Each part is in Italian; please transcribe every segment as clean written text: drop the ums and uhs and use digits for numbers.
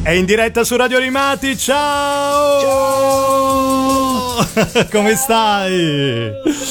È in diretta su Radio Animati. Ciao! Ciao! Come stai?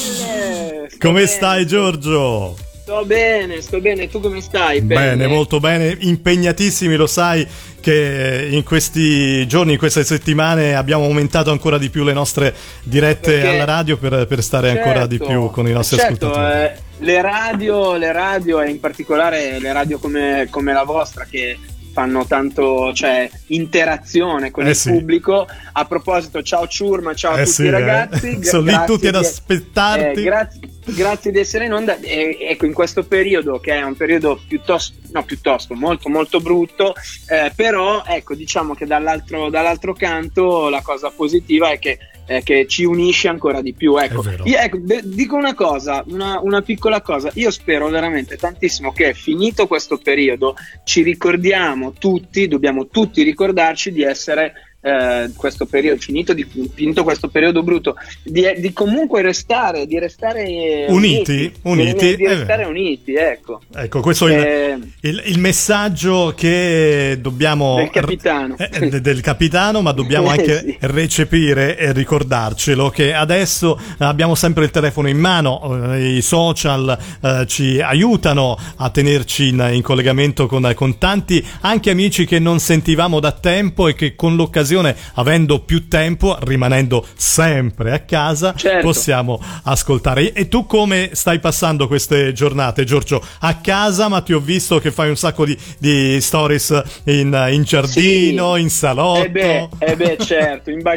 Come stai, Giorgio? Sto bene, tu come stai? Bene, molto bene, impegnatissimi, lo sai che in questi giorni, in queste settimane abbiamo aumentato ancora di più le nostre dirette alla radio per stare ancora di più con i nostri ascoltatori. Le radio e in particolare le radio come la vostra che fanno tanto, cioè, interazione con il pubblico. A proposito, ciao Ciurma, ciao a tutti i ragazzi. Sono lì tutti ad aspettarti. Grazie di essere in onda. Ecco, in questo periodo, che è un periodo molto molto brutto, però ecco, diciamo che dall'altro canto la cosa positiva è che ci unisce ancora di più. Ecco, dico una cosa, una piccola cosa. Io spero veramente tantissimo che, finito questo periodo, ci ricordiamo tutti, dobbiamo tutti ricordarci di essere questo periodo finito questo periodo brutto, di comunque restare uniti, di restare uniti, ecco, questo è il messaggio che dobbiamo del capitano, ma dobbiamo anche recepire e ricordarcelo, che adesso abbiamo sempre il telefono in mano, i social ci aiutano a tenerci in collegamento con tanti anche amici che non sentivamo da tempo e che con l'occasione, avendo più tempo, rimanendo sempre a casa, possiamo ascoltare. E tu come stai passando queste giornate, Giorgio? A casa, ma ti ho visto che fai un sacco di stories in giardino, in salotto. Certo, in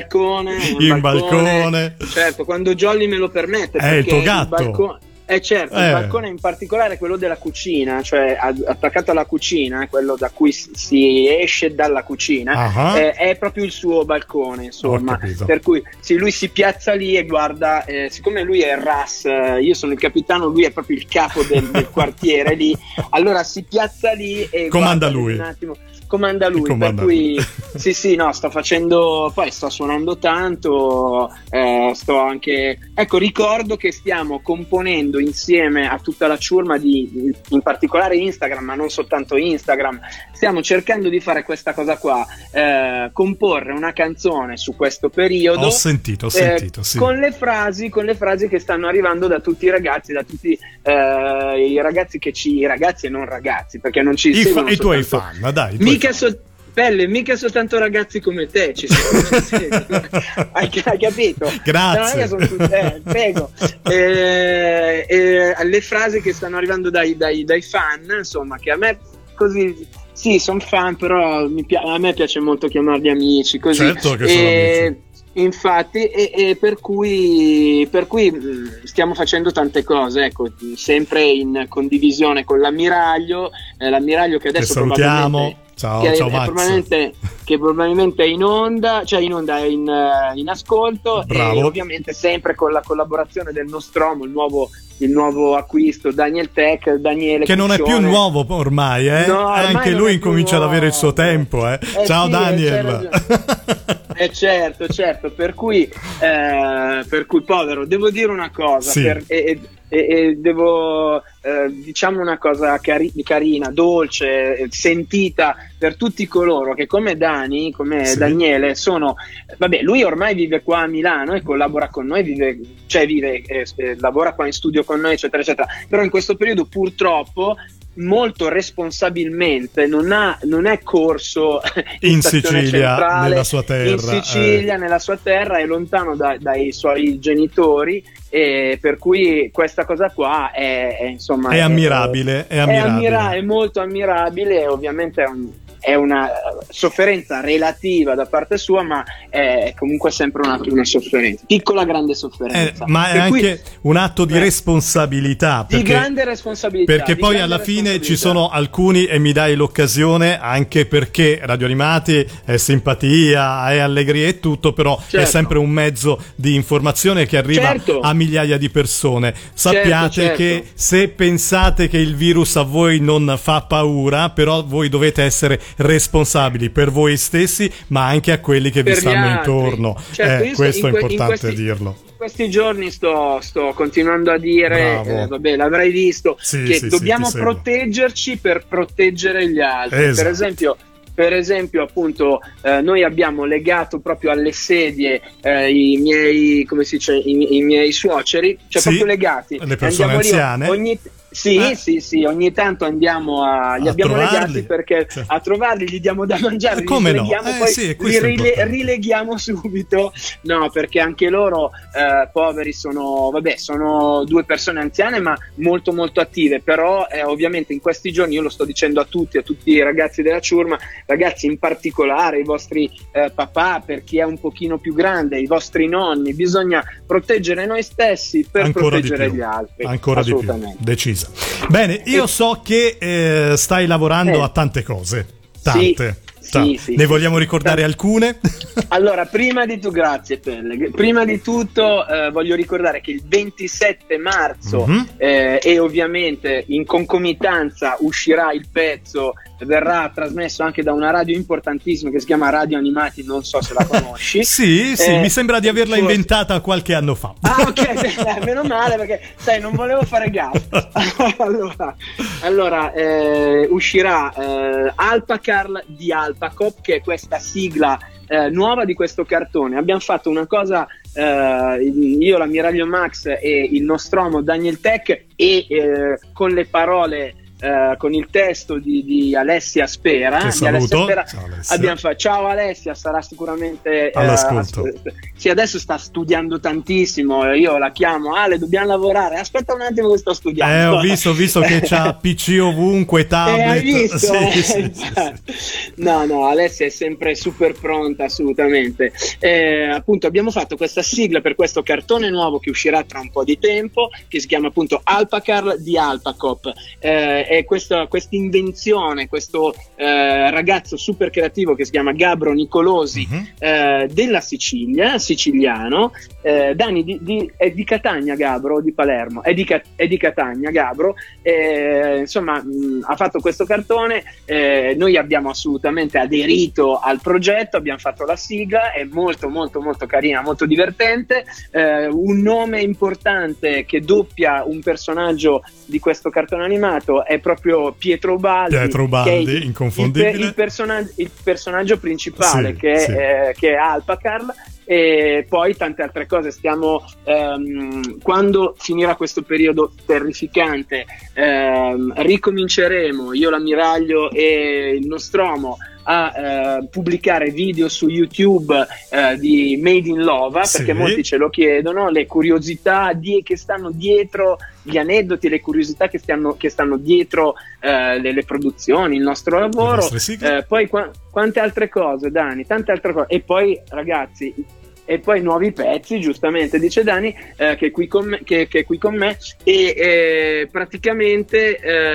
balcone. Certo, quando Jolly me lo permette, perché il tuo gatto. Certo, il balcone, in particolare quello della cucina, cioè attaccato alla cucina, quello da cui si esce dalla cucina, è proprio il suo balcone, insomma. Per cui lui si piazza lì e guarda, siccome lui è il RAS, io sono il capitano, lui è proprio il capo del quartiere lì, allora si piazza lì e comanda lui. Un attimo. Comanda lui, per cui sto suonando tanto, sto anche, ricordo che stiamo componendo insieme a tutta la ciurma in particolare Instagram, ma non soltanto Instagram, stiamo cercando di fare questa cosa qua, comporre una canzone su questo periodo. Ho sentito, sì. Con le frasi che stanno arrivando da tutti i ragazzi, da tutti i ragazzi ragazzi e non ragazzi, perché non ci seguono i tuoi fan, dai. Mica soltanto ragazzi come te ci sono. Hai capito? Grazie. Prego. Le frasi che stanno arrivando dai fan, insomma, che a me così, sì, sono fan, però a me piace molto chiamarli amici, così. Certo che sono amici. Infatti, e per cui stiamo facendo tante cose, ecco, sempre in condivisione con l'ammiraglio che adesso salutiamo. Ciao Max. Che probabilmente è in onda, in ascolto. Bravo. E ovviamente sempre con la collaborazione del Nostromo, il nuovo acquisto, Daniele che non è più nuovo ormai, No, anche lui incomincia ad avere il suo tempo, ciao Daniel. Certo, per cui povero, devo dire una cosa, sì. Devo diciamo una cosa carina, dolce, sentita per tutti coloro che come Daniele sono, lui ormai vive qua a Milano e collabora con noi, lavora qua in studio con noi, eccetera eccetera, però in questo periodo purtroppo molto responsabilmente non è corso in Sicilia, centrale, nella sua terra, in Sicilia, nella sua terra, è lontano dai suoi genitori, e per cui questa cosa qua è ammirabile, è molto ammirabile, e ovviamente è una sofferenza relativa da parte sua, ma è comunque sempre una sofferenza, piccola grande sofferenza, ma è anche un atto di responsabilità, di grande responsabilità, perché poi alla fine ci sono alcuni, e mi dai l'occasione, anche perché Radio Animati è simpatia, è allegria e tutto, però è sempre un mezzo di informazione che arriva a migliaia di persone. Sappiate che se pensate che il virus a voi non fa paura, però voi dovete essere responsabili per voi stessi, ma anche a quelli che vi stanno intorno. Questo è importante dirlo. Questi giorni sto continuando a dire, l'avrai visto, che dobbiamo proteggerci per proteggere gli altri. Esatto. per esempio appunto noi abbiamo legato proprio alle sedie i miei, come si dice, i miei suoceri, cioè proprio legati, le persone anziane. Sì, ogni tanto andiamo li abbiamo legati perché a trovarli gli diamo da mangiare, come li leghiamo, poi li rileghiamo subito, no, perché anche loro poveri sono due persone anziane ma molto molto attive, però ovviamente in questi giorni, io lo sto dicendo a tutti i ragazzi della ciurma, ragazzi, in particolare i vostri papà, per chi è un pochino più grande, i vostri nonni, bisogna proteggere noi stessi per ancora proteggere gli altri, ancora di più, deciso. Bene, io so che stai lavorando a tante cose, tante. Sì, ne vogliamo ricordare alcune? Allora, prima di tutto, grazie Pelle. Prima di tutto voglio ricordare che il 27 marzo e ovviamente in concomitanza uscirà il pezzo, verrà trasmesso anche da una radio importantissima che si chiama Radio Animati, non so se la conosci. Sì, mi sembra di averla inventata qualche anno fa. Ah, ok, meno male, perché sai, non volevo fare gas. Allora uscirà Alpa Carl di Alpacop, che è questa sigla nuova di questo cartone. Abbiamo fatto una cosa, io, l'ammiraglio Max e il nostromo Daniel Tech, e con le parole, con il testo di Alessia Spera, che saluto. Ciao, Alessia. Abbiamo fatto, ciao Alessia, sarà sicuramente all'ascolto. Sì, adesso sta studiando tantissimo, io la chiamo: Ale, dobbiamo lavorare, aspetta un attimo che sto studiando. Ho visto che c'ha PC ovunque, tablet. Hai visto? Sì. No, Alessia è sempre super pronta, assolutamente. Appunto abbiamo fatto questa sigla per questo cartone nuovo che uscirà tra un po' di tempo, che si chiama appunto Alpa Carl di Alpacop. È questa invenzione, questo ragazzo super creativo che si chiama Gabro Nicolosi, della Sicilia, siciliano. Dani è di Catania, Gabro, o di Palermo? È di Catania, Gabro. Insomma, ha fatto questo cartone, noi abbiamo assolutamente aderito al progetto, abbiamo fatto la sigla, è molto molto molto carina, molto divertente. Un nome importante che doppia un personaggio di questo cartone animato è proprio Pietro Ubaldi, che è inconfondibile, il personaggio principale, che è Alpa Carl. E poi tante altre cose. Stiamo quando finirà questo periodo terrificante, ricominceremo, io, l'ammiraglio e il nostromo, a pubblicare video su YouTube di Made in Lova, perché molti ce lo chiedono, le curiosità che stanno dietro, gli aneddoti, le curiosità che stanno dietro le produzioni, il nostro lavoro, poi quante altre cose, Dani, tante altre cose. E poi, ragazzi, nuovi pezzi, giustamente dice Dani, che è qui con me, e praticamente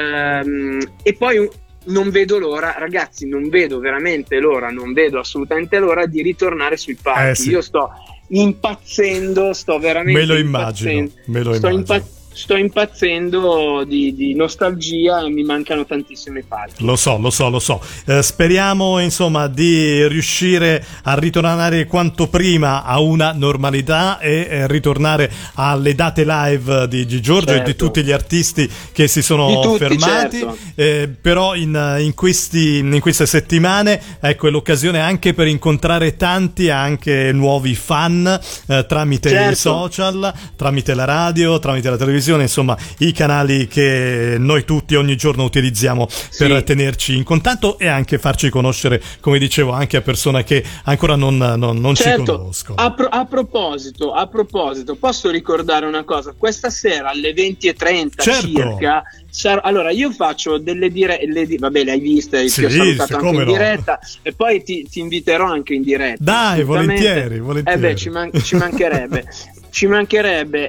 e poi non vedo l'ora, ragazzi, non vedo assolutamente l'ora di ritornare sui palchi. Io sto impazzendo, sto veramente me lo immagino. Sto impazzendo di nostalgia e mi mancano tantissimi palchi. Lo so. Speriamo insomma di riuscire a ritornare quanto prima a una normalità e ritornare alle date live di Giorgio, e di tutti gli artisti che si sono fermati. Però in queste settimane, ecco, è l'occasione anche per incontrare tanti anche nuovi fan tramite i social, tramite la radio, tramite la televisione, insomma i canali che noi tutti ogni giorno utilizziamo per tenerci in contatto e anche farci conoscere, come dicevo, anche a persone che ancora non ci conoscono. A proposito, posso ricordare una cosa? Questa sera alle 20:30 circa, allora io faccio delle vabbè, le hai viste, ti ho salutato anche in diretta, e poi ti inviterò anche in diretta. Dai, volentieri. Ci mancherebbe. Ci mancherebbe,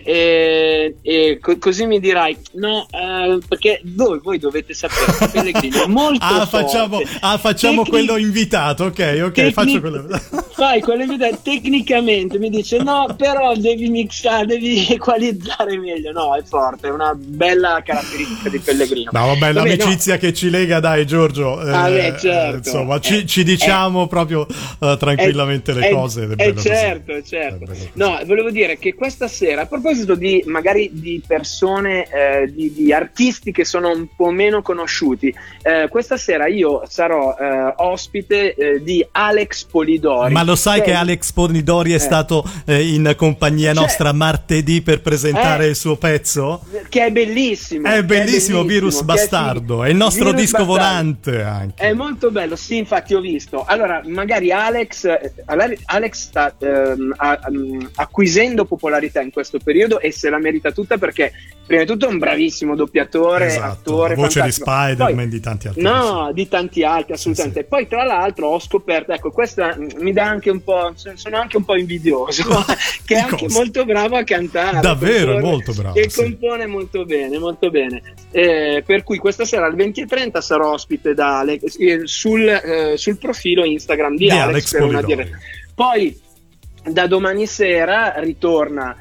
e così mi dirai no, perché voi dovete sapere, Pellegrino è molto facciamo quello invitato, ok, faccio quello. Fai quello invitato, tecnicamente mi dice no, però devi mixare, devi equalizzare meglio. No, è forte, è una bella caratteristica di Pellegrino. No, vabbè, l'amicizia che ci lega, dai, Giorgio, certo. Insomma, ci diciamo proprio tranquillamente le cose. Certo. No, volevo dire che questa sera, a proposito di magari di persone, di artisti che sono un po' meno conosciuti, questa sera io sarò ospite di Alex Polidori. Ma lo sai che Alex Polidori è stato in compagnia nostra martedì per presentare il suo pezzo? Che è bellissimo. È bellissimo, Virus Bastardo. È il nostro disco volante anche. È molto bello, sì, infatti ho visto. Allora, magari Alex sta acquisendo popolarità in questo periodo e se la merita tutta, perché prima di tutto è un bravissimo doppiatore, attore, voce fantastico. di Spider-Man, di tanti altri. No, di tanti altri, assolutamente. Sì. Poi tra l'altro ho scoperto, ecco, questa mi dà anche un po', sono anche un po' invidioso, che è anche molto bravo a cantare. Davvero, è molto bravo. E compone molto bene, molto bene. Per cui questa sera alle 20:30 sarò ospite da Alex, sul profilo Instagram di Alex per una diretta. Poi da domani sera ritorno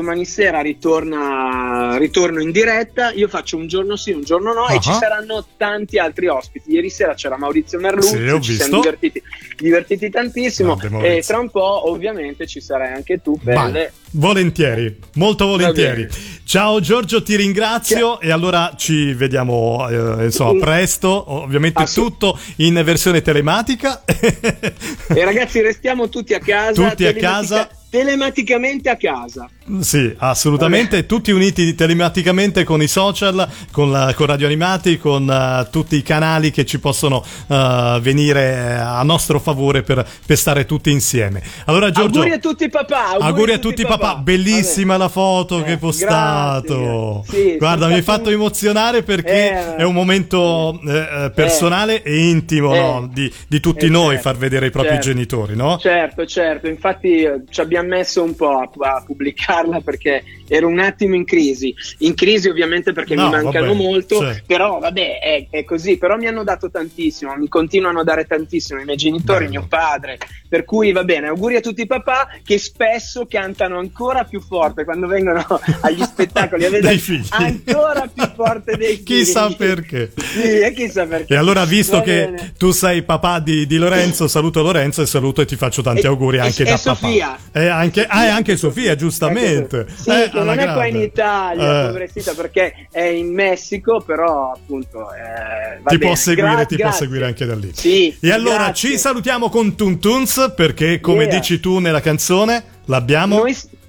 in diretta, io faccio un giorno sì, un giorno no, e ci saranno tanti altri ospiti. Ieri sera c'era Maurizio Merluzzi, ci siamo divertiti tantissimo, e tra un po' ovviamente ci sarai anche tu, Pelle. Volentieri, molto volentieri. Ciao Giorgio, ti ringrazio e allora ci vediamo presto, ovviamente tutto in versione telematica. E ragazzi, restiamo tutti a casa. Telematicamente a casa. Sì, assolutamente. Tutti uniti telematicamente con i social, con Radio Animati, con tutti i canali che ci possono venire a nostro favore per stare tutti insieme. Allora Giorgio, auguri a tutti papà. Auguri a tutti papà. Bellissima la foto che hai postato. Sì, guarda, mi hai fatto emozionare perché è un momento personale e intimo, no? di tutti noi, far vedere i propri genitori, no? Certo, infatti ci abbiamo messo un po' a pubblicarla perché ero un attimo in crisi ovviamente perché mi mancano molto, però vabbè è così, però mi hanno dato tantissimo, mi continuano a dare tantissimo i miei genitori, mio padre, per cui va bene, auguri a tutti i papà che spesso cantano ancora più forte quando vengono agli spettacoli a vedere ancora più forte dei figli. Chissà perché. Sì, chissà perché. E allora, visto che tu sei papà di Lorenzo, saluto Lorenzo e ti faccio tanti auguri anche da papà. Sofia. Anche Sofia, giustamente. Sì, che non è qua in Italia, pobrecita, perché è in Messico, però appunto ti può seguire anche da lì. Sì, e allora ci salutiamo con Toon Toons, perché come dici tu nella canzone, l'abbiamo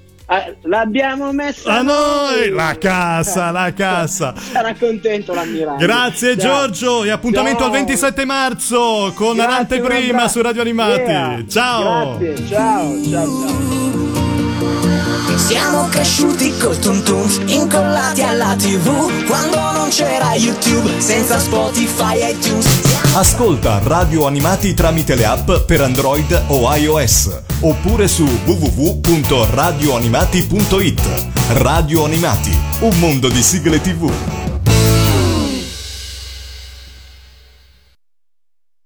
messa a noi la cassa. Sarà contento l'ammirante. Grazie Giorgio, e appuntamento al 27 marzo con l'anteprima su Radio Animati. Ciao. Grazie, ciao. Siamo cresciuti col Toon Toons, incollati alla TV, quando non c'era YouTube, senza Spotify e iTunes. Ascolta Radio Animati tramite le app per Android o iOS, oppure su www.radioanimati.it. Radio Animati, un mondo di sigle TV.